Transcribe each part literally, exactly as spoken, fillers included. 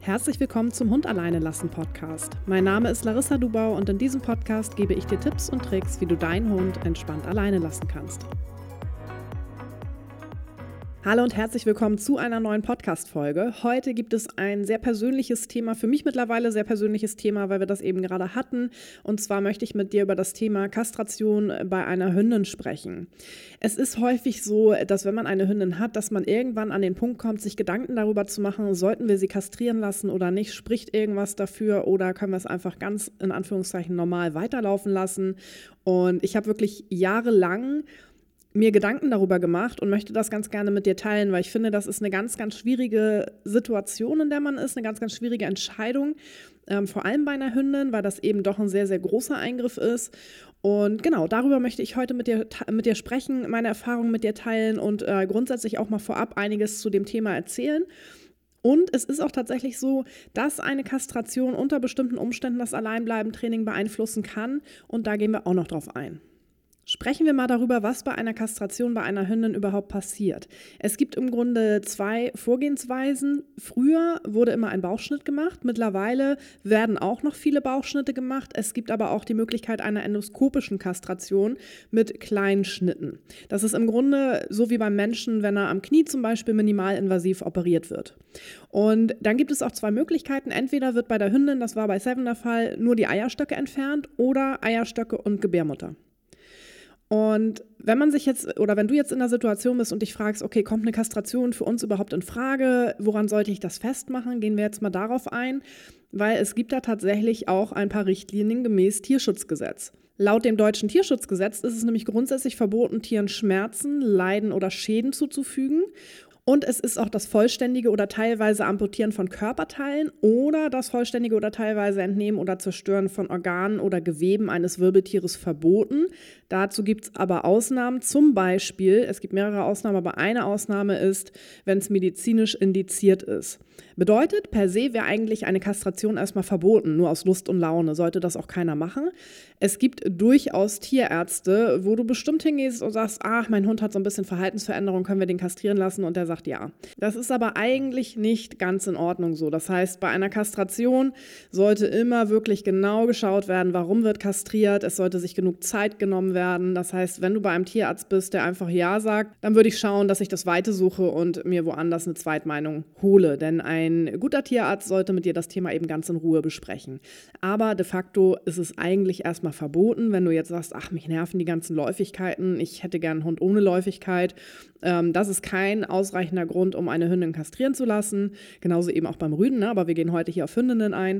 Herzlich willkommen zum Hund alleine lassen Podcast. Mein Name ist Larissa Dubau und in diesem Podcast gebe ich dir Tipps und Tricks, wie du deinen Hund entspannt alleine lassen kannst. Hallo und herzlich willkommen zu einer neuen Podcast-Folge. Heute gibt es ein sehr persönliches Thema, für mich mittlerweile sehr persönliches Thema, weil wir das eben gerade hatten. Und zwar möchte ich mit dir über das Thema Kastration bei einer Hündin sprechen. Es ist häufig so, dass wenn man eine Hündin hat, dass man irgendwann an den Punkt kommt, sich Gedanken darüber zu machen, sollten wir sie kastrieren lassen oder nicht, spricht irgendwas dafür oder können wir es einfach ganz in Anführungszeichen normal weiterlaufen lassen. Und ich habe wirklich jahrelang mir Gedanken darüber gemacht und möchte das ganz gerne mit dir teilen, weil ich finde, das ist eine ganz, ganz schwierige Situation, in der man ist, eine ganz, ganz schwierige Entscheidung, ähm, vor allem bei einer Hündin, weil das eben doch ein sehr, sehr großer Eingriff ist. Und genau, darüber möchte ich heute mit dir, mit dir sprechen, meine Erfahrungen mit dir teilen und äh, grundsätzlich auch mal vorab einiges zu dem Thema erzählen. Und es ist auch tatsächlich so, dass eine Kastration unter bestimmten Umständen das Alleinbleiben-Training beeinflussen kann und da gehen wir auch noch drauf ein. Sprechen wir mal darüber, was bei einer Kastration bei einer Hündin überhaupt passiert. Es gibt im Grunde zwei Vorgehensweisen. Früher wurde immer ein Bauchschnitt gemacht, mittlerweile werden auch noch viele Bauchschnitte gemacht. Es gibt aber auch die Möglichkeit einer endoskopischen Kastration mit kleinen Schnitten. Das ist im Grunde so wie beim Menschen, wenn er am Knie zum Beispiel minimalinvasiv operiert wird. Und dann gibt es auch zwei Möglichkeiten. Entweder wird bei der Hündin, das war bei Seven der Fall, nur die Eierstöcke entfernt oder Eierstöcke und Gebärmutter. Und wenn man sich jetzt oder wenn du jetzt in der Situation bist und dich fragst, okay, kommt eine Kastration für uns überhaupt in Frage? Woran sollte ich das festmachen? Gehen wir jetzt mal darauf ein, weil es gibt da tatsächlich auch ein paar Richtlinien gemäß Tierschutzgesetz. Laut dem deutschen Tierschutzgesetz ist es nämlich grundsätzlich verboten, Tieren Schmerzen, Leiden oder Schäden zuzufügen. Und es ist auch das vollständige oder teilweise Amputieren von Körperteilen oder das vollständige oder teilweise Entnehmen oder Zerstören von Organen oder Geweben eines Wirbeltieres verboten. Dazu gibt es aber Ausnahmen, zum Beispiel, es gibt mehrere Ausnahmen, aber eine Ausnahme ist, wenn es medizinisch indiziert ist. Bedeutet, per se wäre eigentlich eine Kastration erstmal verboten, nur aus Lust und Laune, sollte das auch keiner machen. Es gibt durchaus Tierärzte, wo du bestimmt hingehst und sagst, ach, mein Hund hat so ein bisschen Verhaltensveränderung, können wir den kastrieren lassen? Und der sagt ja. Das ist aber eigentlich nicht ganz in Ordnung so. Das heißt, bei einer Kastration sollte immer wirklich genau geschaut werden, warum wird kastriert. Es sollte sich genug Zeit genommen werden. Das heißt, wenn du bei einem Tierarzt bist, der einfach ja sagt, dann würde ich schauen, dass ich das Weite suche und mir woanders eine Zweitmeinung hole. Denn ein guter Tierarzt sollte mit dir das Thema eben ganz in Ruhe besprechen. Aber de facto ist es eigentlich erstmal verboten, wenn du jetzt sagst, ach, mich nerven die ganzen Läufigkeiten, ich hätte gern einen Hund ohne Läufigkeit. Ähm, das ist kein ausreichender Grund, um eine Hündin kastrieren zu lassen. Genauso eben auch beim Rüden, ne? Aber wir gehen heute hier auf Hündinnen ein.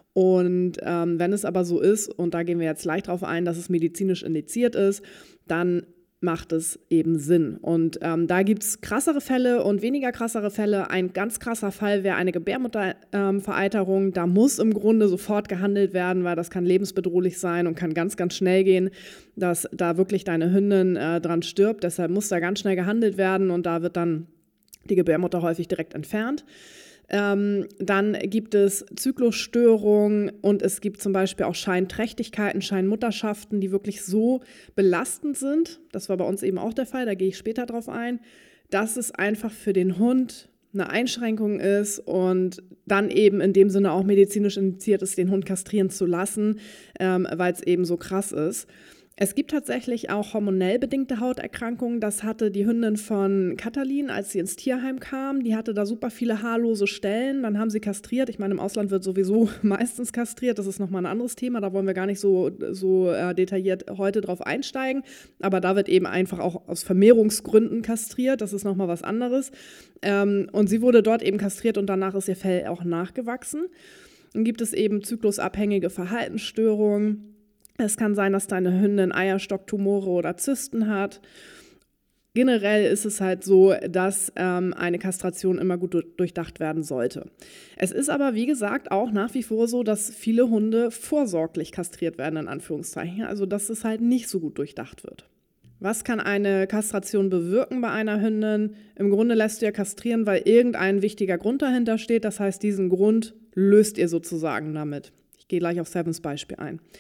Und ähm, wenn es aber so ist, und da gehen wir jetzt gleich drauf ein, dass es medizinisch indiziert ist, dann macht es eben Sinn. Und ähm, da gibt es krassere Fälle und weniger krassere Fälle. Ein ganz krasser Fall wäre eine Gebärmuttervereiterung. Ähm, da muss im Grunde sofort gehandelt werden, weil das kann lebensbedrohlich sein und kann ganz, ganz schnell gehen, dass da wirklich deine Hündin äh, dran stirbt. Deshalb muss da ganz schnell gehandelt werden und da wird dann die Gebärmutter häufig direkt entfernt. Ähm, dann gibt es Zyklusstörungen und es gibt zum Beispiel auch Scheinträchtigkeiten, Scheinmutterschaften, die wirklich so belastend sind. Das war bei uns eben auch der Fall, da gehe ich später drauf ein, dass es einfach für den Hund eine Einschränkung ist und dann eben in dem Sinne auch medizinisch indiziert ist, den Hund kastrieren zu lassen, ähm, weil es eben so krass ist. Es gibt tatsächlich auch hormonell bedingte Hauterkrankungen. Das hatte die Hündin von Katalin, als sie ins Tierheim kam. Die hatte da super viele haarlose Stellen. Dann haben sie kastriert. Ich meine, im Ausland wird sowieso meistens kastriert. Das ist nochmal ein anderes Thema. Da wollen wir gar nicht so, so äh, detailliert heute drauf einsteigen. Aber da wird eben einfach auch aus Vermehrungsgründen kastriert. Das ist nochmal was anderes. Ähm, und sie wurde dort eben kastriert und danach ist ihr Fell auch nachgewachsen. Dann gibt es eben zyklusabhängige Verhaltensstörungen. Es kann sein, dass deine Hündin Eierstocktumore oder Zysten hat. Generell ist es halt so, dass ähm, eine Kastration immer gut durchdacht werden sollte. Es ist aber, wie gesagt, auch nach wie vor so, dass viele Hunde vorsorglich kastriert werden, in Anführungszeichen. Also, dass es halt nicht so gut durchdacht wird. Was kann eine Kastration bewirken bei einer Hündin? Im Grunde lässt du ja kastrieren, weil irgendein wichtiger Grund dahinter steht. Das heißt, diesen Grund löst ihr sozusagen damit. Ich gehe gleich auf Sevens Beispiel ein.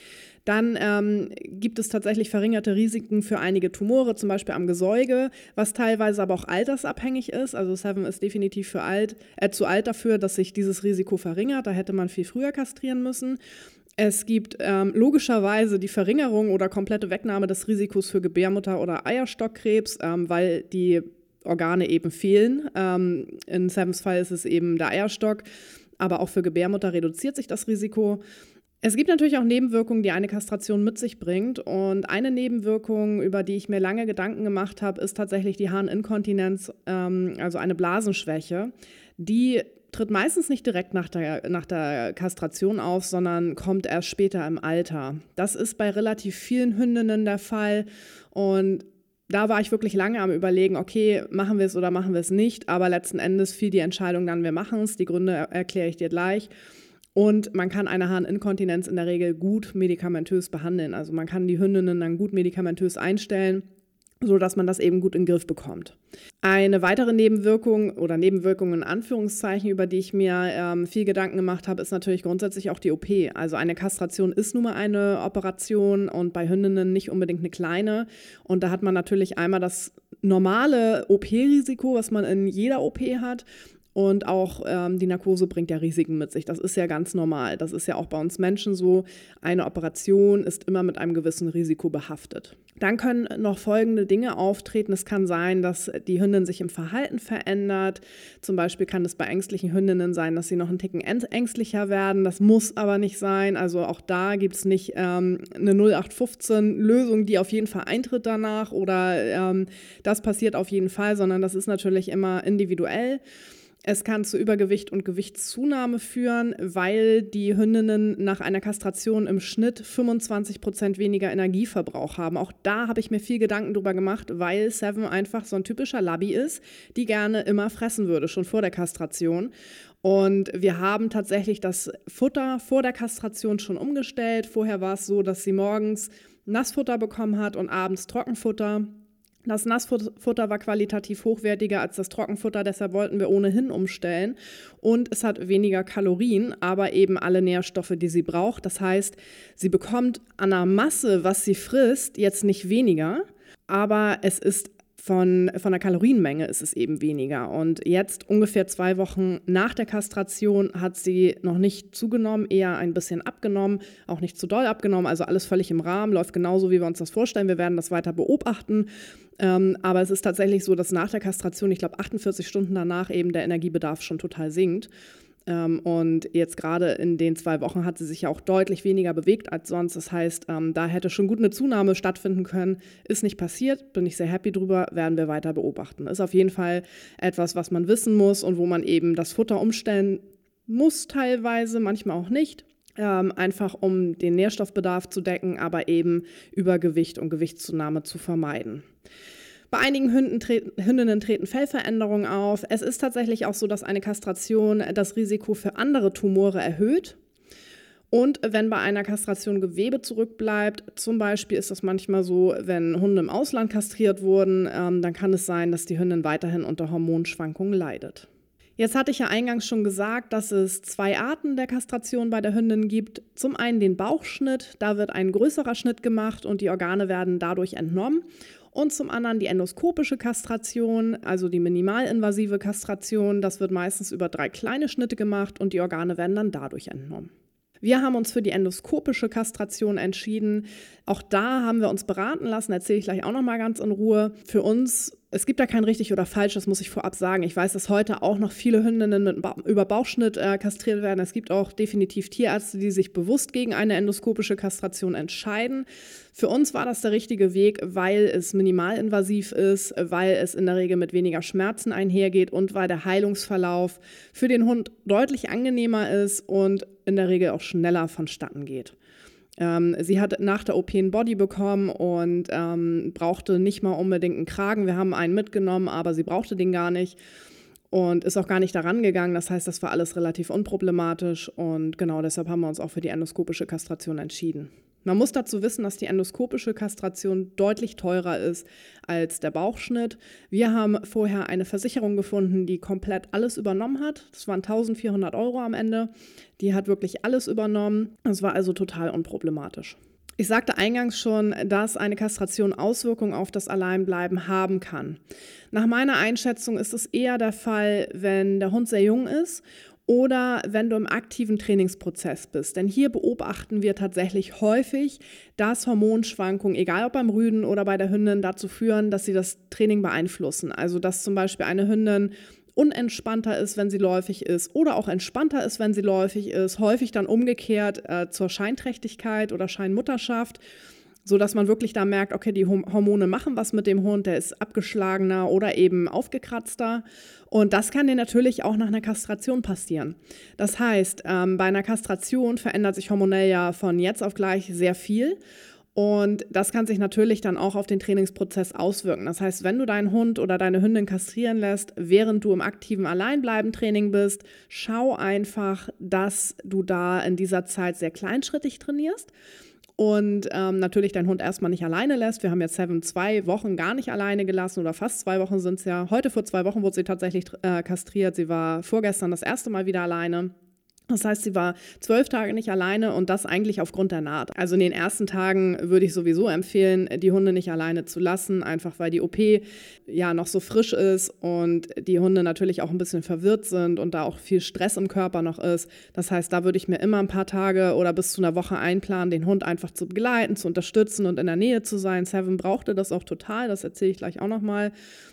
Dann ähm, gibt es tatsächlich verringerte Risiken für einige Tumore, zum Beispiel am Gesäuge, was teilweise aber auch altersabhängig ist. Also Seven ist definitiv für alt, äh, zu alt dafür, dass sich dieses Risiko verringert. Da hätte man viel früher kastrieren müssen. Es gibt ähm, logischerweise die Verringerung oder komplette Wegnahme des Risikos für Gebärmutter- oder Eierstockkrebs, ähm, weil die Organe eben fehlen. Ähm, in Sevens Fall ist es eben der Eierstock, aber auch für Gebärmutter reduziert sich das Risiko. Es gibt natürlich auch Nebenwirkungen, die eine Kastration mit sich bringt. Und eine Nebenwirkung, über die ich mir lange Gedanken gemacht habe, ist tatsächlich die Harninkontinenz, ähm, also eine Blasenschwäche. Die tritt meistens nicht direkt nach der, nach der Kastration auf, sondern kommt erst später im Alter. Das ist bei relativ vielen Hündinnen der Fall und da war ich wirklich lange am Überlegen, okay, machen wir es oder machen wir es nicht, aber letzten Endes fiel die Entscheidung dann, wir machen es. Die Gründe erkläre ich dir gleich. Und man kann eine Harninkontinenz in der Regel gut medikamentös behandeln. Also man kann die Hündinnen dann gut medikamentös einstellen, sodass man das eben gut in den Griff bekommt. Eine weitere Nebenwirkung oder Nebenwirkung in Anführungszeichen, über die ich mir ähm, viel Gedanken gemacht habe, ist natürlich grundsätzlich auch die O P. Also eine Kastration ist nun mal eine Operation und bei Hündinnen nicht unbedingt eine kleine. Und da hat man natürlich einmal das normale O P-Risiko, was man in jeder O P hat. Und auch ähm, die Narkose bringt ja Risiken mit sich. Das ist ja ganz normal. Das ist ja auch bei uns Menschen so. Eine Operation ist immer mit einem gewissen Risiko behaftet. Dann können noch folgende Dinge auftreten. Es kann sein, dass die Hündin sich im Verhalten verändert. Zum Beispiel kann es bei ängstlichen Hündinnen sein, dass sie noch einen Ticken ängstlicher werden. Das muss aber nicht sein. Also auch da gibt es nicht ähm, eine null acht fünfzehn Lösung, die auf jeden Fall eintritt danach oder ähm, das passiert auf jeden Fall, sondern das ist natürlich immer individuell. Es kann zu Übergewicht und Gewichtszunahme führen, weil die Hündinnen nach einer Kastration im Schnitt fünfundzwanzig Prozent weniger Energieverbrauch haben. Auch da habe ich mir viel Gedanken drüber gemacht, weil Seven einfach so ein typischer Labby ist, die gerne immer fressen würde, schon vor der Kastration. Und wir haben tatsächlich das Futter vor der Kastration schon umgestellt. Vorher war es so, dass sie morgens Nassfutter bekommen hat und abends Trockenfutter. Das Nassfutter war qualitativ hochwertiger als das Trockenfutter, deshalb wollten wir ohnehin umstellen. Und es hat weniger Kalorien, aber eben alle Nährstoffe, die sie braucht. Das heißt, sie bekommt an der Masse, was sie frisst, jetzt nicht weniger, aber es ist Von, von der Kalorienmenge ist es eben weniger. Und jetzt, ungefähr zwei Wochen nach der Kastration, hat sie noch nicht zugenommen, eher ein bisschen abgenommen, auch nicht zu doll abgenommen, also alles völlig im Rahmen, läuft genauso, wie wir uns das vorstellen. Wir werden das weiter beobachten. Ähm, aber es ist tatsächlich so, dass nach der Kastration, ich glaube achtundvierzig Stunden danach, eben der Energiebedarf schon total sinkt. Ähm, und jetzt gerade in den zwei Wochen hat sie sich ja auch deutlich weniger bewegt als sonst. Das heißt, ähm, da hätte schon gut eine Zunahme stattfinden können. Ist nicht passiert, bin ich sehr happy drüber, werden wir weiter beobachten. Ist auf jeden Fall etwas, was man wissen muss und wo man eben das Futter umstellen muss teilweise, manchmal auch nicht. Ähm, einfach um den Nährstoffbedarf zu decken, aber eben Übergewicht und Gewichtszunahme zu vermeiden. Bei einigen Hünden treten, Hündinnen treten Fellveränderungen auf. Es ist tatsächlich auch so, dass eine Kastration das Risiko für andere Tumore erhöht. Und wenn bei einer Kastration Gewebe zurückbleibt, zum Beispiel ist das manchmal so, wenn Hunde im Ausland kastriert wurden, ähm, dann kann es sein, dass die Hündin weiterhin unter Hormonschwankungen leidet. Jetzt hatte ich ja eingangs schon gesagt, dass es zwei Arten der Kastration bei der Hündin gibt. Zum einen den Bauchschnitt, da wird ein größerer Schnitt gemacht und die Organe werden dadurch entnommen. Und zum anderen die endoskopische Kastration, also die minimalinvasive Kastration. Das wird meistens über drei kleine Schnitte gemacht und die Organe werden dann dadurch entnommen. Wir haben uns für die endoskopische Kastration entschieden. Auch da haben wir uns beraten lassen, erzähle ich gleich auch noch mal ganz in Ruhe. Für uns, es gibt da kein richtig oder falsch, das muss ich vorab sagen. Ich weiß, dass heute auch noch viele Hündinnen mit ba- über Bauchschnitt äh, kastriert werden. Es gibt auch definitiv Tierärzte, die sich bewusst gegen eine endoskopische Kastration entscheiden. Für uns war das der richtige Weg, weil es minimalinvasiv ist, weil es in der Regel mit weniger Schmerzen einhergeht und weil der Heilungsverlauf für den Hund deutlich angenehmer ist und in der Regel auch schneller vonstatten geht. Ähm, sie hat nach der O P einen Body bekommen und ähm, brauchte nicht mal unbedingt einen Kragen. Wir haben einen mitgenommen, aber sie brauchte den gar nicht und ist auch gar nicht daran gegangen. Das heißt, das war alles relativ unproblematisch und genau deshalb haben wir uns auch für die endoskopische Kastration entschieden. Man muss dazu wissen, dass die endoskopische Kastration deutlich teurer ist als der Bauchschnitt. Wir haben vorher eine Versicherung gefunden, die komplett alles übernommen hat. Das waren eintausendvierhundert Euro am Ende. Die hat wirklich alles übernommen. Das war also total unproblematisch. Ich sagte eingangs schon, dass eine Kastration Auswirkungen auf das Alleinbleiben haben kann. Nach meiner Einschätzung ist es eher der Fall, wenn der Hund sehr jung ist oder wenn du im aktiven Trainingsprozess bist. Denn hier beobachten wir tatsächlich häufig, dass Hormonschwankungen, egal ob beim Rüden oder bei der Hündin, dazu führen, dass sie das Training beeinflussen. Also dass zum Beispiel eine Hündin unentspannter ist, wenn sie läufig ist oder auch entspannter ist, wenn sie läufig ist, häufig dann umgekehrt äh, zur Scheinträchtigkeit oder Scheinmutterschaft, sodass man wirklich da merkt, okay, die Hormone machen was mit dem Hund, der ist abgeschlagener oder eben aufgekratzter und das kann dir natürlich auch nach einer Kastration passieren. Das heißt, ähm, bei einer Kastration verändert sich hormonell ja von jetzt auf gleich sehr viel. Und das kann sich natürlich dann auch auf den Trainingsprozess auswirken. Das heißt, wenn du deinen Hund oder deine Hündin kastrieren lässt, während du im aktiven Alleinbleiben-Training bist, schau einfach, dass du da in dieser Zeit sehr kleinschrittig trainierst und ähm, natürlich deinen Hund erstmal nicht alleine lässt. Wir haben jetzt Seven zwei Wochen gar nicht alleine gelassen oder fast zwei Wochen sind es ja. Heute vor zwei Wochen wurde sie tatsächlich äh, kastriert. Sie war vorgestern das erste Mal wieder alleine. Das heißt, sie war zwölf Tage nicht alleine und das eigentlich aufgrund der Naht. Also in den ersten Tagen würde ich sowieso empfehlen, die Hunde nicht alleine zu lassen, einfach weil die O P ja noch so frisch ist und die Hunde natürlich auch ein bisschen verwirrt sind und da auch viel Stress im Körper noch ist. Das heißt, da würde ich mir immer ein paar Tage oder bis zu einer Woche einplanen, den Hund einfach zu begleiten, zu unterstützen und in der Nähe zu sein. Seven brauchte das auch total, das erzähle ich gleich auch nochmal.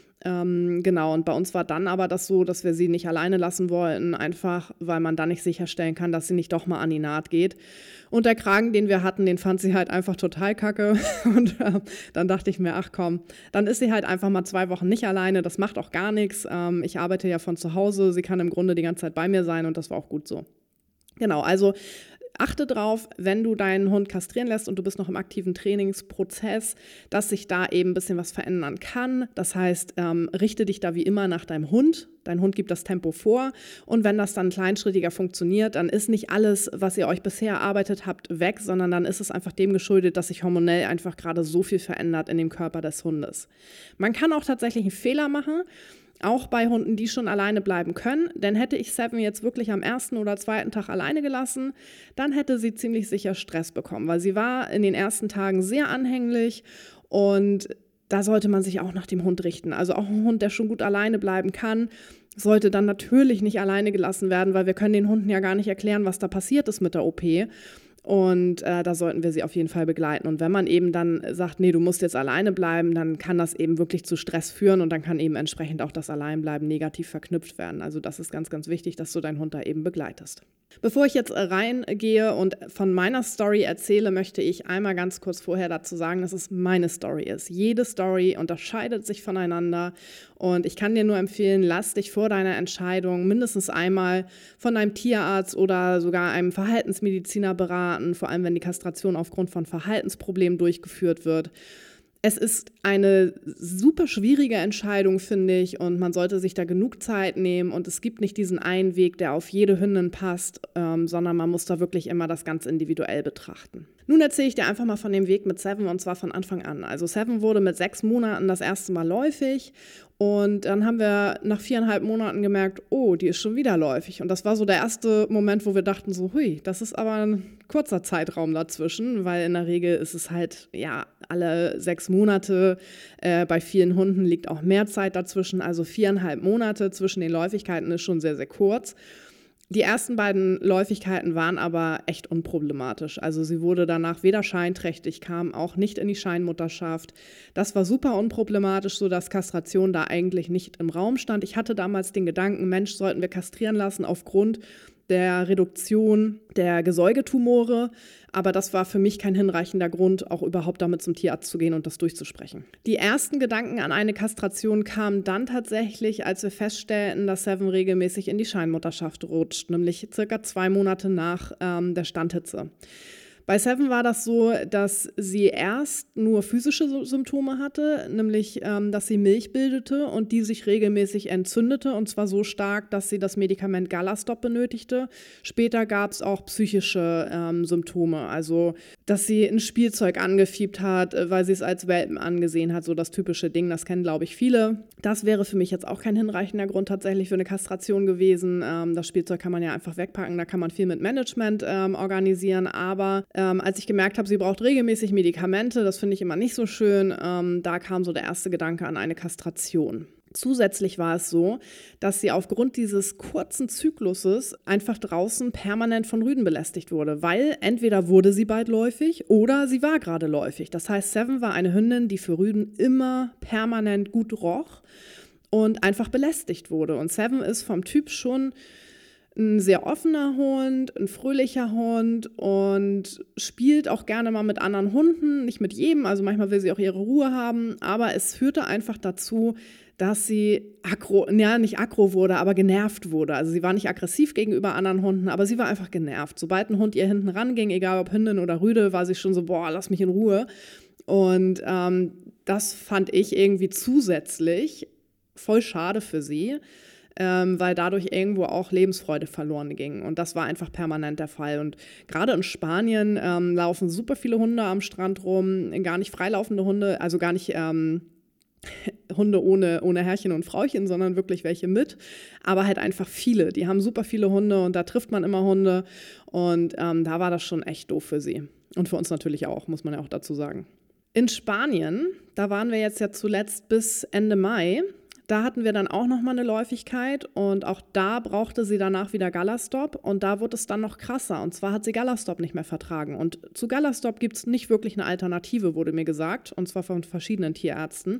Ähm, genau, und bei uns war dann aber das so, dass wir sie nicht alleine lassen wollten, einfach weil man dann nicht sicherstellen kann, dass sie nicht doch mal an die Naht geht. Und der Kragen, den wir hatten, den fand sie halt einfach total kacke und äh, dann dachte ich mir, ach komm, dann ist sie halt einfach mal zwei Wochen nicht alleine, das macht auch gar nichts. Ähm, ich arbeite ja von zu Hause, sie kann im Grunde die ganze Zeit bei mir sein und das war auch gut so. Genau, also achte drauf, wenn du deinen Hund kastrieren lässt und du bist noch im aktiven Trainingsprozess, dass sich da eben ein bisschen was verändern kann. Das heißt, ähm, richte dich da wie immer nach deinem Hund. Dein Hund gibt das Tempo vor und wenn das dann kleinschrittiger funktioniert, dann ist nicht alles, was ihr euch bisher erarbeitet habt, weg, sondern dann ist es einfach dem geschuldet, dass sich hormonell einfach gerade so viel verändert in dem Körper des Hundes. Man kann auch tatsächlich einen Fehler machen, auch bei Hunden, die schon alleine bleiben können. Denn hätte ich Seven jetzt wirklich am ersten oder zweiten Tag alleine gelassen, dann hätte sie ziemlich sicher Stress bekommen, weil sie war in den ersten Tagen sehr anhänglich und da sollte man sich auch nach dem Hund richten. Also auch ein Hund, der schon gut alleine bleiben kann, sollte dann natürlich nicht alleine gelassen werden, weil wir können den Hunden ja gar nicht erklären, was da passiert ist mit der O P. Und äh, da sollten wir sie auf jeden Fall begleiten. Und wenn man eben dann sagt, nee, du musst jetzt alleine bleiben, dann kann das eben wirklich zu Stress führen und dann kann eben entsprechend auch das Alleinbleiben negativ verknüpft werden. Also das ist ganz, ganz wichtig, dass du deinen Hund da eben begleitest. Bevor ich jetzt reingehe und von meiner Story erzähle, möchte ich einmal ganz kurz vorher dazu sagen, dass es meine Story ist. Jede Story unterscheidet sich voneinander und ich kann dir nur empfehlen, lass dich vor deiner Entscheidung mindestens einmal von einem Tierarzt oder sogar einem Verhaltensmediziner beraten, vor allem wenn die Kastration aufgrund von Verhaltensproblemen durchgeführt wird. Es ist eine super schwierige Entscheidung, finde ich, und man sollte sich da genug Zeit nehmen und es gibt nicht diesen einen Weg, der auf jede Hündin passt, ähm, sondern man muss da wirklich immer das ganz individuell betrachten. Nun erzähle ich dir einfach mal von dem Weg mit Seven und zwar von Anfang an. Also Seven wurde mit sechs Monaten das erste Mal läufig und dann haben wir nach viereinhalb Monaten gemerkt, oh, die ist schon wieder läufig. Und das war so der erste Moment, wo wir dachten so, hui, das ist aber ein kurzer Zeitraum dazwischen, weil in der Regel ist es halt, ja, alle sechs Monate. Äh, bei vielen Hunden liegt auch mehr Zeit dazwischen. Also viereinhalb Monate zwischen den Läufigkeiten ist schon sehr, sehr kurz. Die ersten beiden Läufigkeiten waren aber echt unproblematisch. Also sie wurde danach weder scheinträchtig, kam auch nicht in die Scheinmutterschaft. Das war super unproblematisch, sodass Kastration da eigentlich nicht im Raum stand. Ich hatte damals den Gedanken, Mensch, sollten wir kastrieren lassen aufgrund der Reduktion der Gesäugetumore. Aber das war für mich kein hinreichender Grund, auch überhaupt damit zum Tierarzt zu gehen und das durchzusprechen. Die ersten Gedanken an eine Kastration kamen dann tatsächlich, als wir feststellten, dass Seven regelmäßig in die Scheinmutterschaft rutscht, nämlich circa zwei Monate nach ähm, der Standhitze. Bei Seven war das so, dass sie erst nur physische Symptome hatte, nämlich, ähm, dass sie Milch bildete und die sich regelmäßig entzündete und zwar so stark, dass sie das Medikament Galastop benötigte. Später gab es auch psychische ähm, Symptome, also dass sie ein Spielzeug angefiebt hat, weil sie es als Welpen angesehen hat, so das typische Ding, das kennen, glaube ich, viele. Das wäre für mich jetzt auch kein hinreichender Grund tatsächlich für eine Kastration gewesen. Ähm, das Spielzeug kann man ja einfach wegpacken, da kann man viel mit Management ähm, organisieren, aber ähm, als ich gemerkt habe, sie braucht regelmäßig Medikamente, das finde ich immer nicht so schön, ähm, da kam so der erste Gedanke an eine Kastration. Zusätzlich war es so, dass sie aufgrund dieses kurzen Zykluses einfach draußen permanent von Rüden belästigt wurde, weil entweder wurde sie beidläufig oder sie war gerade läufig. Das heißt, Seven war eine Hündin, die für Rüden immer permanent gut roch und einfach belästigt wurde. Und Seven ist vom Typ schon ein sehr offener Hund, ein fröhlicher Hund und spielt auch gerne mal mit anderen Hunden, nicht mit jedem, also manchmal will sie auch ihre Ruhe haben, aber es führte einfach dazu, dass sie aggro, ja nicht aggro wurde, aber genervt wurde. Also sie war nicht aggressiv gegenüber anderen Hunden, aber sie war einfach genervt. Sobald ein Hund ihr hinten ranging, egal ob Hündin oder Rüde, war sie schon so, boah, lass mich in Ruhe. Und ähm, das fand ich irgendwie zusätzlich voll schade für sie, ähm, weil dadurch irgendwo auch Lebensfreude verloren ging. Und das war einfach permanent der Fall. Und gerade in Spanien ähm, laufen super viele Hunde am Strand rum, gar nicht freilaufende Hunde, also gar nicht Ähm, Hunde ohne, ohne Herrchen und Frauchen, sondern wirklich welche mit, aber halt einfach viele. Die haben super viele Hunde und da trifft man immer Hunde und ähm, da war das schon echt doof für sie. Und für uns natürlich auch, muss man ja auch dazu sagen. In Spanien, da waren wir jetzt ja zuletzt bis Ende Mai, da hatten wir dann auch nochmal eine Läufigkeit und auch da brauchte sie danach wieder Galastop und da wurde es dann noch krasser und zwar hat sie Galastop nicht mehr vertragen und zu Galastop gibt es nicht wirklich eine Alternative, wurde mir gesagt, und zwar von verschiedenen Tierärzten.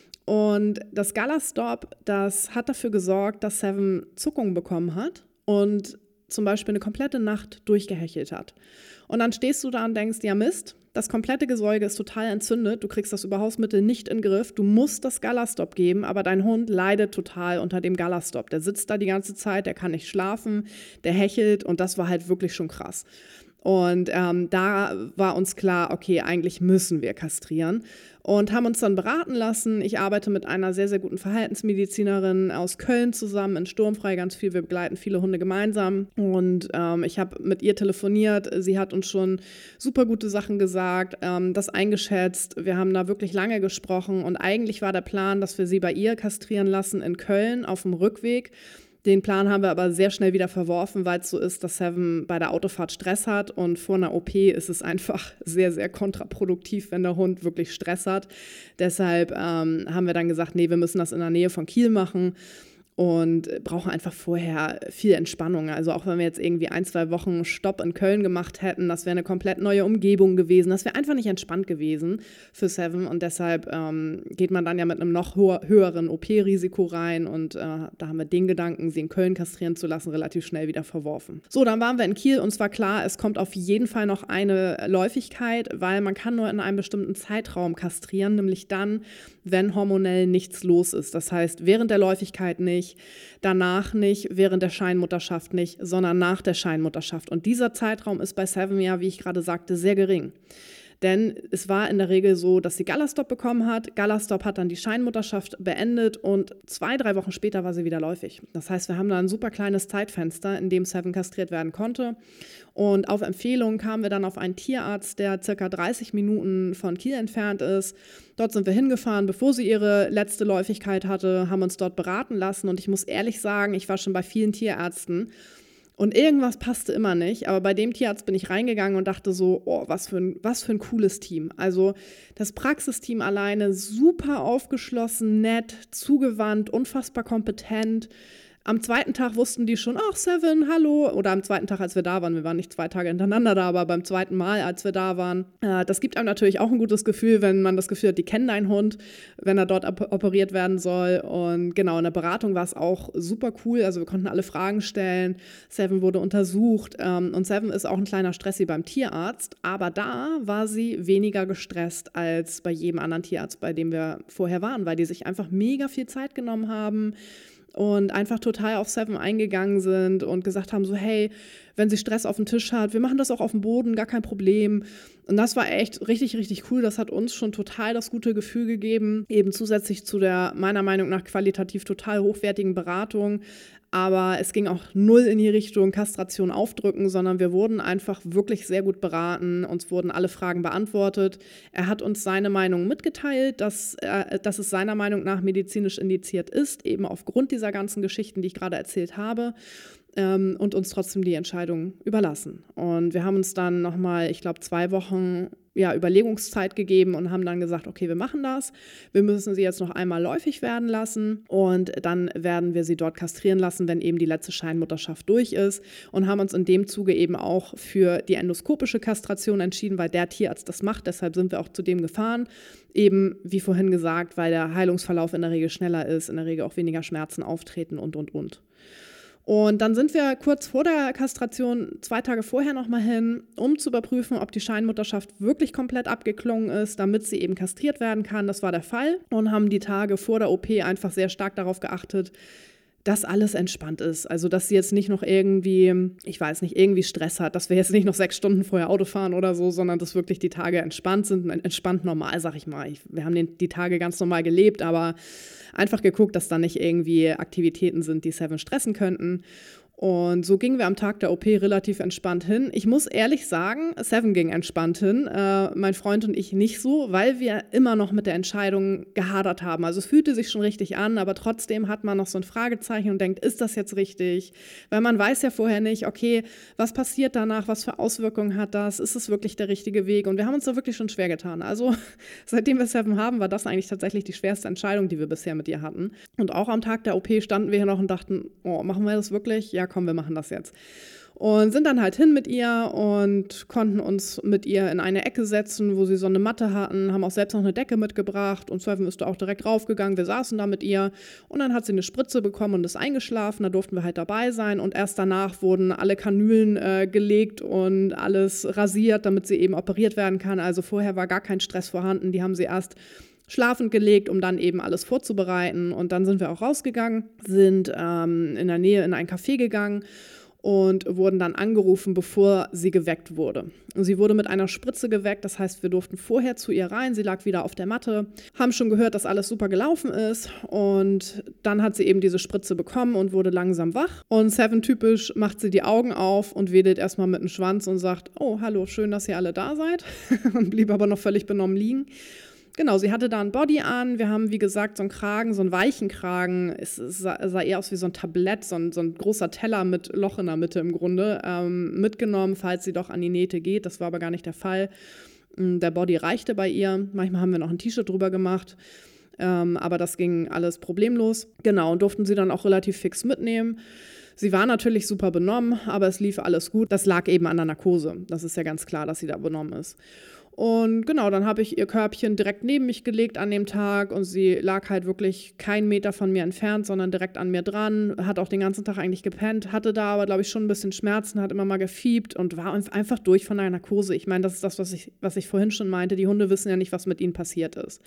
Und das Galastop, das hat dafür gesorgt, dass Seven Zuckungen bekommen hat und zum Beispiel eine komplette Nacht durchgehechelt hat. Und dann stehst du da und denkst, ja Mist, das komplette Gesäuge ist total entzündet, du kriegst das über Hausmittel nicht in den Griff, du musst das Galastop geben, aber dein Hund leidet total unter dem Galastop. Der sitzt da die ganze Zeit, der kann nicht schlafen, der hechelt und das war halt wirklich schon krass. Und ähm, da war uns klar, okay, eigentlich müssen wir kastrieren und haben uns dann beraten lassen. Ich arbeite mit einer sehr, sehr guten Verhaltensmedizinerin aus Köln zusammen in Sturmfrei ganz viel. Wir begleiten viele Hunde gemeinsam und ähm, ich habe mit ihr telefoniert. Sie hat uns schon super gute Sachen gesagt, ähm, das eingeschätzt. Wir haben da wirklich lange gesprochen und eigentlich war der Plan, dass wir sie bei ihr kastrieren lassen in Köln auf dem Rückweg. Den Plan haben wir aber sehr schnell wieder verworfen, weil es so ist, dass Seven bei der Autofahrt Stress hat und vor einer O P ist es einfach sehr, sehr kontraproduktiv, wenn der Hund wirklich Stress hat. Deshalb ähm, haben wir dann gesagt, nee, wir müssen das in der Nähe von Kiel machen und brauchen einfach vorher viel Entspannung. Also auch wenn wir jetzt irgendwie ein, zwei Wochen Stopp in Köln gemacht hätten, das wäre eine komplett neue Umgebung gewesen. Das wäre einfach nicht entspannt gewesen für Seven und deshalb ähm, geht man dann ja mit einem noch ho- höheren O P-Risiko rein und äh, da haben wir den Gedanken, sie in Köln kastrieren zu lassen, relativ schnell wieder verworfen. So, dann waren wir in Kiel und zwar klar, es kommt auf jeden Fall noch eine Läufigkeit, weil man kann nur in einem bestimmten Zeitraum kastrieren, nämlich dann, wenn hormonell nichts los ist. Das heißt, während der Läufigkeit nicht, danach nicht, während der Scheinmutterschaft nicht, sondern nach der Scheinmutterschaft. Und dieser Zeitraum ist bei Seven ja, wie ich gerade sagte, sehr gering. Denn es war in der Regel so, dass sie Galastop bekommen hat. Galastop hat dann die Scheinmutterschaft beendet und zwei, drei Wochen später war sie wieder läufig. Das heißt, wir haben da ein super kleines Zeitfenster, in dem Seven kastriert werden konnte. Und auf Empfehlung kamen wir dann auf einen Tierarzt, der circa dreißig Minuten von Kiel entfernt ist. Dort sind wir hingefahren, bevor sie ihre letzte Läufigkeit hatte, haben uns dort beraten lassen. Und ich muss ehrlich sagen, ich war schon bei vielen Tierärzten, und irgendwas passte immer nicht, aber bei dem Tierarzt bin ich reingegangen und dachte so, oh, was für ein, was für ein cooles Team. Also das Praxisteam alleine, super aufgeschlossen, nett, zugewandt, unfassbar kompetent. Am zweiten Tag wussten die schon, ach, Seven, hallo. Oder am zweiten Tag, als wir da waren. Wir waren nicht zwei Tage hintereinander da, aber beim zweiten Mal, als wir da waren. Äh, das gibt einem natürlich auch ein gutes Gefühl, wenn man das Gefühl hat, die kennen deinen Hund, wenn er dort op- operiert werden soll. Und genau, in der Beratung war es auch super cool. Also wir konnten alle Fragen stellen. Seven wurde untersucht. Ähm, und Seven ist auch ein kleiner Stressi beim Tierarzt. Aber da war sie weniger gestresst als bei jedem anderen Tierarzt, bei dem wir vorher waren, weil die sich einfach mega viel Zeit genommen haben und einfach total auf Seven eingegangen sind und gesagt haben so, hey, wenn sie Stress auf dem Tisch hat, wir machen das auch auf dem Boden, gar kein Problem. Und das war echt richtig, richtig cool. Das hat uns schon total das gute Gefühl gegeben, eben zusätzlich zu der meiner Meinung nach qualitativ total hochwertigen Beratung. Aber es ging auch null in die Richtung Kastration aufdrücken, sondern wir wurden einfach wirklich sehr gut beraten. Uns wurden alle Fragen beantwortet. Er hat uns seine Meinung mitgeteilt, dass, äh, dass es seiner Meinung nach medizinisch indiziert ist, eben aufgrund dieser ganzen Geschichten, die ich gerade erzählt habe. Ähm, und uns trotzdem die Entscheidung überlassen. Und wir haben uns dann nochmal, ich glaube, zwei Wochen ja, Überlegungszeit gegeben und haben dann gesagt, okay, wir machen das. Wir müssen sie jetzt noch einmal läufig werden lassen und dann werden wir sie dort kastrieren lassen, wenn eben die letzte Scheinmutterschaft durch ist, und haben uns in dem Zuge eben auch für die endoskopische Kastration entschieden, weil der Tierarzt das macht. Deshalb sind wir auch zu dem gefahren. Eben, wie vorhin gesagt, weil der Heilungsverlauf in der Regel schneller ist, in der Regel auch weniger Schmerzen auftreten und, und, und. Und dann sind wir kurz vor der Kastration, zwei Tage vorher nochmal hin, um zu überprüfen, ob die Scheinmutterschaft wirklich komplett abgeklungen ist, damit sie eben kastriert werden kann. Das war der Fall, und haben die Tage vor der O P einfach sehr stark darauf geachtet, dass alles entspannt ist. Also, dass sie jetzt nicht noch irgendwie, ich weiß nicht, irgendwie Stress hat, dass wir jetzt nicht noch sechs Stunden vorher Auto fahren oder so, sondern dass wirklich die Tage entspannt sind, entspannt normal, sag ich mal. Ich, wir haben den, die Tage ganz normal gelebt, aber einfach geguckt, dass da nicht irgendwie Aktivitäten sind, die Seven stressen könnten. Und so gingen wir am Tag der O P relativ entspannt hin. Ich muss ehrlich sagen, Seven ging entspannt hin, äh, mein Freund und ich nicht so, weil wir immer noch mit der Entscheidung gehadert haben. Also es fühlte sich schon richtig an, aber trotzdem hat man noch so ein Fragezeichen und denkt, ist das jetzt richtig? Weil man weiß ja vorher nicht, okay, was passiert danach, was für Auswirkungen hat das, ist es wirklich der richtige Weg? Und wir haben uns da wirklich schon schwer getan. Also seitdem wir Seven haben, war das eigentlich tatsächlich die schwerste Entscheidung, die wir bisher mit ihr hatten. Und auch am Tag der O P standen wir hier noch und dachten, oh, machen wir das wirklich? Ja, komm, wir machen das jetzt. Und sind dann halt hin mit ihr und konnten uns mit ihr in eine Ecke setzen, wo sie so eine Matte hatten, haben auch selbst noch eine Decke mitgebracht, und Seven ist da auch direkt raufgegangen. Wir saßen da mit ihr und dann hat sie eine Spritze bekommen und ist eingeschlafen. Da durften wir halt dabei sein, und erst danach wurden alle Kanülen äh, gelegt und alles rasiert, damit sie eben operiert werden kann. Also vorher war gar kein Stress vorhanden. Die haben sie erst schlafend gelegt, um dann eben alles vorzubereiten. Und dann sind wir auch rausgegangen, sind ähm, in der Nähe in ein Café gegangen und wurden dann angerufen, bevor sie geweckt wurde. Und sie wurde mit einer Spritze geweckt, das heißt, wir durften vorher zu ihr rein, sie lag wieder auf der Matte, haben schon gehört, dass alles super gelaufen ist, und dann hat sie eben diese Spritze bekommen und wurde langsam wach. Und Seven typisch macht sie die Augen auf und wedelt erstmal mit dem Schwanz und sagt, oh, hallo, schön, dass ihr alle da seid, und blieb aber noch völlig benommen liegen. Genau, sie hatte da ein Body an. Wir haben, wie gesagt, so einen Kragen, so einen weichen Kragen. Es sah, sah eher aus wie so ein Tablett, so ein, so ein großer Teller mit Loch in der Mitte im Grunde, ähm, mitgenommen, falls sie doch an die Nähte geht. Das war aber gar nicht der Fall. Der Body reichte bei ihr. Manchmal haben wir noch ein T-Shirt drüber gemacht. Ähm, aber das ging alles problemlos. Genau, und durften sie dann auch relativ fix mitnehmen. Sie war natürlich super benommen, aber es lief alles gut. Das lag eben an der Narkose. Das ist ja ganz klar, dass sie da benommen ist. Und genau, dann habe ich ihr Körbchen direkt neben mich gelegt an dem Tag, und sie lag halt wirklich keinen Meter von mir entfernt, sondern direkt an mir dran, hat auch den ganzen Tag eigentlich gepennt, hatte da aber, glaube ich, schon ein bisschen Schmerzen, hat immer mal gefiebt und war einfach durch von der Narkose. Ich meine, das ist das, was ich, was ich vorhin schon meinte, die Hunde wissen ja nicht, was mit ihnen passiert ist.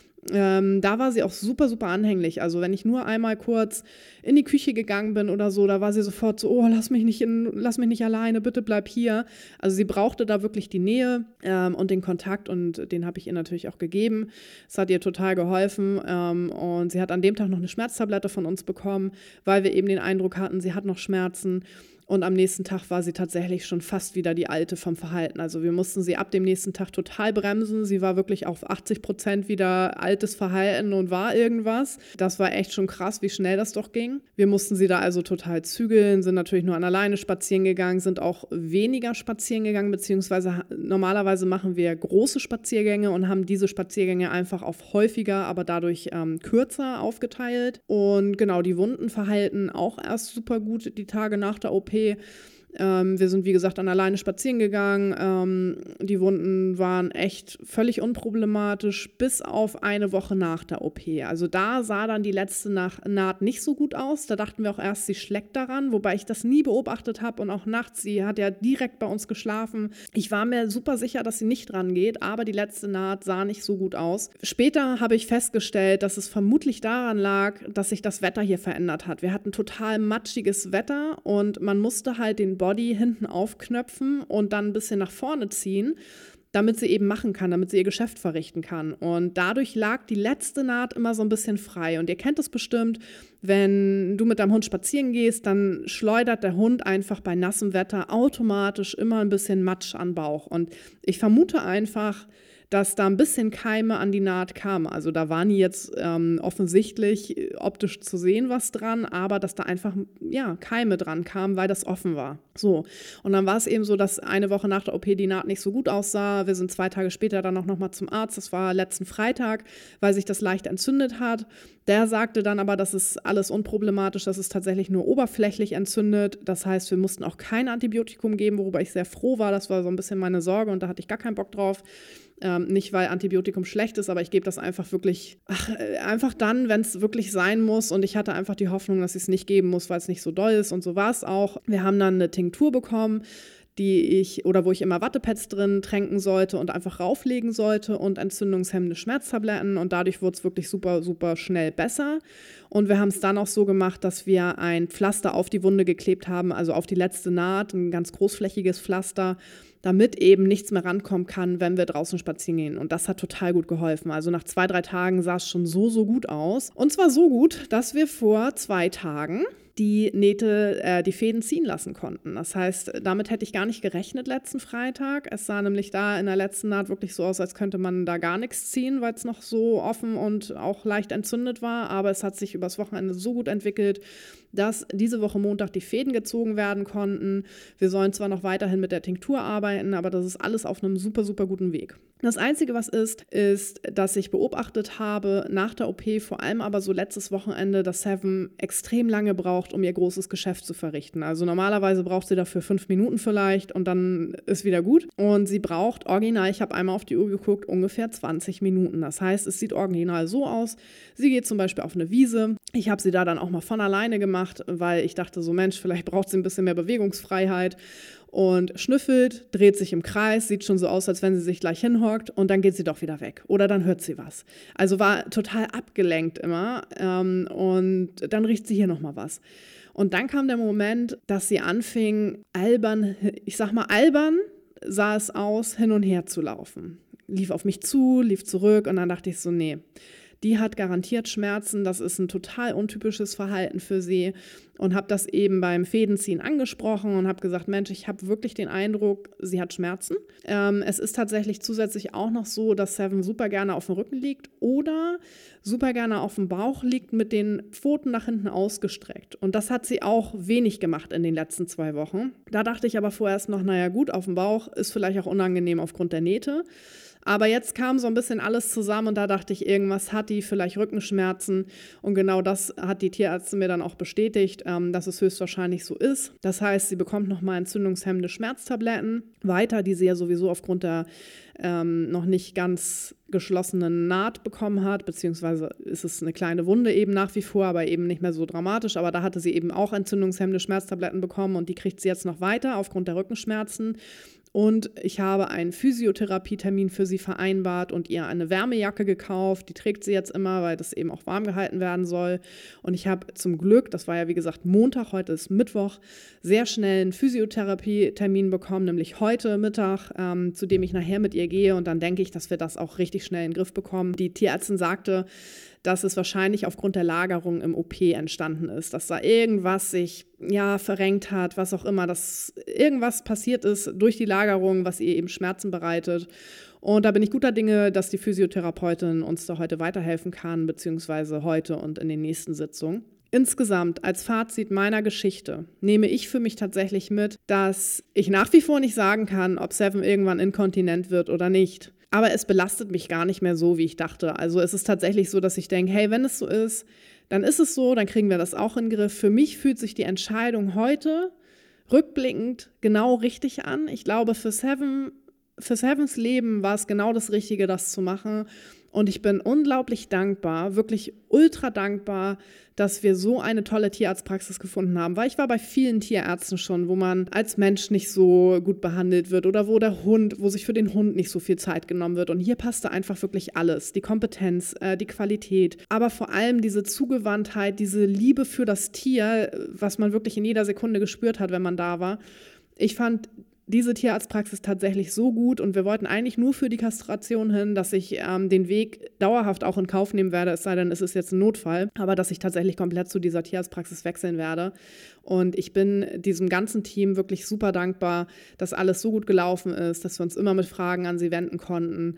Ähm, da war sie auch super, super anhänglich. Also wenn ich nur einmal kurz in die Küche gegangen bin oder so, da war sie sofort so, oh, lass mich nicht, in, lass mich nicht alleine, bitte bleib hier. Also sie brauchte da wirklich die Nähe ähm, und den Kontakt, und den habe ich ihr natürlich auch gegeben. Es hat ihr total geholfen, ähm, und sie hat an dem Tag noch eine Schmerztablette von uns bekommen, weil wir eben den Eindruck hatten, sie hat noch Schmerzen. Und am nächsten Tag war sie tatsächlich schon fast wieder die Alte vom Verhalten. Also wir mussten sie ab dem nächsten Tag total bremsen. Sie war wirklich auf achtzig Prozent wieder altes Verhalten und war irgendwas. Das war echt schon krass, wie schnell das doch ging. Wir mussten sie da also total zügeln, sind natürlich nur an alleine spazieren gegangen, sind auch weniger spazieren gegangen, beziehungsweise normalerweise machen wir große Spaziergänge und haben diese Spaziergänge einfach auf häufiger, aber dadurch ähm, kürzer aufgeteilt. Und genau, die Wunden verhalten auch erst super gut die Tage nach der O P. Ähm, wir sind, wie gesagt, dann alleine spazieren gegangen. Ähm, die Wunden waren echt völlig unproblematisch, bis auf eine Woche nach der O P. Also da sah dann die letzte Naht nicht so gut aus. Da dachten wir auch erst, sie schleckt daran, wobei ich das nie beobachtet habe. Und auch nachts, sie hat ja direkt bei uns geschlafen. Ich war mir super sicher, dass sie nicht dran geht, aber die letzte Naht sah nicht so gut aus. Später habe ich festgestellt, dass es vermutlich daran lag, dass sich das Wetter hier verändert hat. Wir hatten total matschiges Wetter, und man musste halt den Body hinten aufknöpfen und dann ein bisschen nach vorne ziehen, damit sie eben machen kann, damit sie ihr Geschäft verrichten kann. Und dadurch lag die letzte Naht immer so ein bisschen frei. Und ihr kennt es bestimmt, wenn du mit deinem Hund spazieren gehst, dann schleudert der Hund einfach bei nassem Wetter automatisch immer ein bisschen Matsch an den Bauch. Und ich vermute einfach, dass da ein bisschen Keime an die Naht kamen. Also da war nie jetzt ähm, offensichtlich optisch zu sehen was dran, aber dass da einfach ja, Keime dran kamen, weil das offen war. So, und dann war es eben so, dass eine Woche nach der O P die Naht nicht so gut aussah. Wir sind zwei Tage später dann auch nochmal zum Arzt. Das war letzten Freitag, weil sich das leicht entzündet hat. Der sagte dann aber, das ist alles unproblematisch, das ist tatsächlich nur oberflächlich entzündet. Das heißt, wir mussten auch kein Antibiotikum geben, worüber ich sehr froh war. Das war so ein bisschen meine Sorge und da hatte ich gar keinen Bock drauf. Ähm, nicht, weil Antibiotikum schlecht ist, aber ich gebe das einfach wirklich, ach, einfach dann, wenn es wirklich sein muss. Und ich hatte einfach die Hoffnung, dass ich es nicht geben muss, weil es nicht so doll ist. Und so war es auch. Wir haben dann eine Tinktur bekommen, die ich, oder wo ich immer Wattepads drin tränken sollte und einfach rauflegen sollte und entzündungshemmende Schmerztabletten. Und dadurch wurde es wirklich super, super schnell besser. Und wir haben es dann auch so gemacht, dass wir ein Pflaster auf die Wunde geklebt haben, also auf die letzte Naht, ein ganz großflächiges Pflaster, damit eben nichts mehr rankommen kann, wenn wir draußen spazieren gehen. Und das hat total gut geholfen. Also nach zwei, drei Tagen sah es schon so, so gut aus. Und zwar so gut, dass wir vor zwei Tagen die Nähte, äh, die Fäden ziehen lassen konnten. Das heißt, damit hätte ich gar nicht gerechnet letzten Freitag. Es sah nämlich da in der letzten Naht wirklich so aus, als könnte man da gar nichts ziehen, weil es noch so offen und auch leicht entzündet war. Aber es hat sich übers Wochenende so gut entwickelt, dass diese Woche Montag die Fäden gezogen werden konnten. Wir sollen zwar noch weiterhin mit der Tinktur arbeiten, aber das ist alles auf einem super, super guten Weg. Das Einzige, was ist, ist, dass ich beobachtet habe nach der O P, vor allem aber so letztes Wochenende, dass Seven extrem lange braucht, um ihr großes Geschäft zu verrichten. Also normalerweise braucht sie dafür fünf Minuten vielleicht und dann ist wieder gut. Und sie braucht original, ich habe einmal auf die Uhr geguckt, ungefähr zwanzig Minuten. Das heißt, es sieht original so aus, sie geht zum Beispiel auf eine Wiese. Ich habe sie da dann auch mal von alleine gemacht, weil ich dachte so, Mensch, vielleicht braucht sie ein bisschen mehr Bewegungsfreiheit. Und schnüffelt, dreht sich im Kreis, sieht schon so aus, als wenn sie sich gleich hinhockt und dann geht sie doch wieder weg oder dann hört sie was. Also war total abgelenkt immer ähm, und dann riecht sie hier nochmal was. Und dann kam der Moment, dass sie anfing, albern, ich sag mal albern, sah es aus, hin und her zu laufen. Lief auf mich zu, lief zurück und dann dachte ich so, nee, die hat garantiert Schmerzen, das ist ein total untypisches Verhalten für sie und habe das eben beim Fädenziehen angesprochen und habe gesagt, Mensch, ich habe wirklich den Eindruck, sie hat Schmerzen. Ähm, es ist tatsächlich zusätzlich auch noch so, dass Seven super gerne auf dem Rücken liegt oder super gerne auf dem Bauch liegt mit den Pfoten nach hinten ausgestreckt. Und das hat sie auch wenig gemacht in den letzten zwei Wochen. Da dachte ich aber vorerst noch, naja gut, auf dem Bauch ist vielleicht auch unangenehm aufgrund der Nähte. Aber jetzt kam so ein bisschen alles zusammen und da dachte ich, irgendwas hat die, vielleicht Rückenschmerzen. Und genau das hat die Tierärztin mir dann auch bestätigt, ähm, dass es höchstwahrscheinlich so ist. Das heißt, sie bekommt nochmal entzündungshemmende Schmerztabletten weiter, die sie ja sowieso aufgrund der ähm, noch nicht ganz geschlossenen Naht bekommen hat, beziehungsweise ist es eine kleine Wunde eben nach wie vor, aber eben nicht mehr so dramatisch. Aber da hatte sie eben auch entzündungshemmende Schmerztabletten bekommen und die kriegt sie jetzt noch weiter aufgrund der Rückenschmerzen. Und ich habe einen Physiotherapietermin für sie vereinbart und ihr eine Wärmejacke gekauft. Die trägt sie jetzt immer, weil das eben auch warm gehalten werden soll. Und ich habe zum Glück, das war ja wie gesagt Montag, heute ist Mittwoch, sehr schnell einen Physiotherapietermin bekommen, nämlich heute Mittag, ähm, zu dem ich nachher mit ihr gehe. Und dann denke ich, dass wir das auch richtig schnell in den Griff bekommen. Die Tierärztin sagte, dass es wahrscheinlich aufgrund der Lagerung im O P entstanden ist, dass da irgendwas sich ja verrenkt hat, was auch immer, dass irgendwas passiert ist durch die Lagerung, was ihr eben Schmerzen bereitet. Und da bin ich guter Dinge, dass die Physiotherapeutin uns da heute weiterhelfen kann, beziehungsweise heute und in den nächsten Sitzungen. Insgesamt als Fazit meiner Geschichte nehme ich für mich tatsächlich mit, dass ich nach wie vor nicht sagen kann, ob Seven irgendwann inkontinent wird oder nicht. Aber es belastet mich gar nicht mehr so, wie ich dachte. Also es ist tatsächlich so, dass ich denke, hey, wenn es so ist, dann ist es so, dann kriegen wir das auch in den Griff. Für mich fühlt sich die Entscheidung heute rückblickend genau richtig an. Ich glaube, für Seven, für Sevens Leben war es genau das Richtige, das zu machen. Und ich bin unglaublich dankbar, wirklich ultra dankbar, dass wir so eine tolle Tierarztpraxis gefunden haben. Weil ich war bei vielen Tierärzten schon, wo man als Mensch nicht so gut behandelt wird oder wo der Hund, wo sich für den Hund nicht so viel Zeit genommen wird. Und hier passte einfach wirklich alles. Die Kompetenz, äh, die Qualität, aber vor allem diese Zugewandtheit, diese Liebe für das Tier, was man wirklich in jeder Sekunde gespürt hat, wenn man da war. Ich fand diese Tierarztpraxis tatsächlich so gut und wir wollten eigentlich nur für die Kastration hin, dass ich ähm, den Weg dauerhaft auch in Kauf nehmen werde, es sei denn, es ist jetzt ein Notfall, aber dass ich tatsächlich komplett zu dieser Tierarztpraxis wechseln werde. Und ich bin diesem ganzen Team wirklich super dankbar, dass alles so gut gelaufen ist, dass wir uns immer mit Fragen an sie wenden konnten.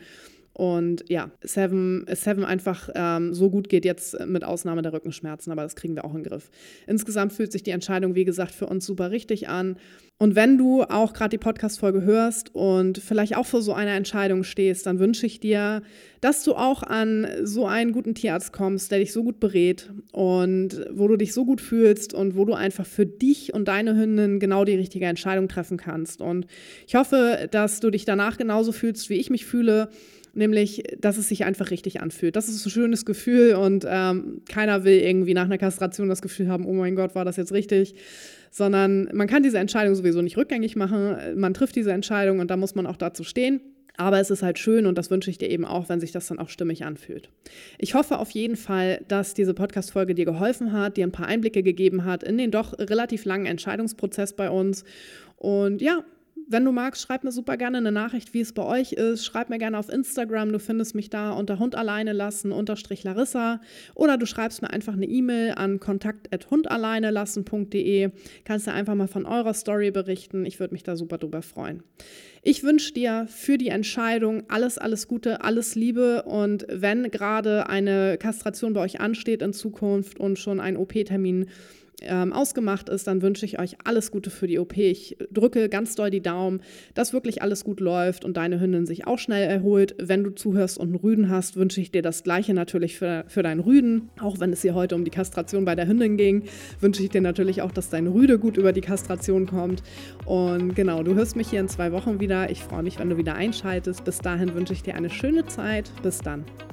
Und ja, Seven, Seven einfach ähm, so gut geht jetzt mit Ausnahme der Rückenschmerzen, aber das kriegen wir auch in den Griff. Insgesamt fühlt sich die Entscheidung, wie gesagt, für uns super richtig an. Und wenn du auch gerade die Podcast-Folge hörst und vielleicht auch vor so einer Entscheidung stehst, dann wünsche ich dir, dass du auch an so einen guten Tierarzt kommst, der dich so gut berät und wo du dich so gut fühlst und wo du einfach für dich und deine Hündin genau die richtige Entscheidung treffen kannst. Und ich hoffe, dass du dich danach genauso fühlst, wie ich mich fühle, nämlich, dass es sich einfach richtig anfühlt. Das ist ein schönes Gefühl und ähm, keiner will irgendwie nach einer Kastration das Gefühl haben, oh mein Gott, war das jetzt richtig? Sondern man kann diese Entscheidung sowieso nicht rückgängig machen. Man trifft diese Entscheidung und da muss man auch dazu stehen. Aber es ist halt schön und das wünsche ich dir eben auch, wenn sich das dann auch stimmig anfühlt. Ich hoffe auf jeden Fall, dass diese Podcast-Folge dir geholfen hat, dir ein paar Einblicke gegeben hat in den doch relativ langen Entscheidungsprozess bei uns. Und ja, wenn du magst, schreib mir super gerne eine Nachricht, wie es bei euch ist. Schreib mir gerne auf Instagram, du findest mich da unter Hund alleine lassen, unterstrich Larissa. Oder du schreibst mir einfach eine E-Mail an kontakt at hundaleinelassen punkt de. Kannst du einfach mal von eurer Story berichten. Ich würde mich da super drüber freuen. Ich wünsche dir für die Entscheidung alles, alles Gute, alles Liebe. Und wenn gerade eine Kastration bei euch ansteht in Zukunft und schon ein O P-Termin Ähm, ausgemacht ist, dann wünsche ich euch alles Gute für die O P. Ich drücke ganz doll die Daumen, dass wirklich alles gut läuft und deine Hündin sich auch schnell erholt. Wenn du zuhörst und einen Rüden hast, wünsche ich dir das Gleiche natürlich für, für deinen Rüden. Auch wenn es hier heute um die Kastration bei der Hündin ging, wünsche ich dir natürlich auch, dass dein Rüde gut über die Kastration kommt. Und genau, du hörst mich hier in zwei Wochen wieder. Ich freue mich, wenn du wieder einschaltest. Bis dahin wünsche ich dir eine schöne Zeit. Bis dann.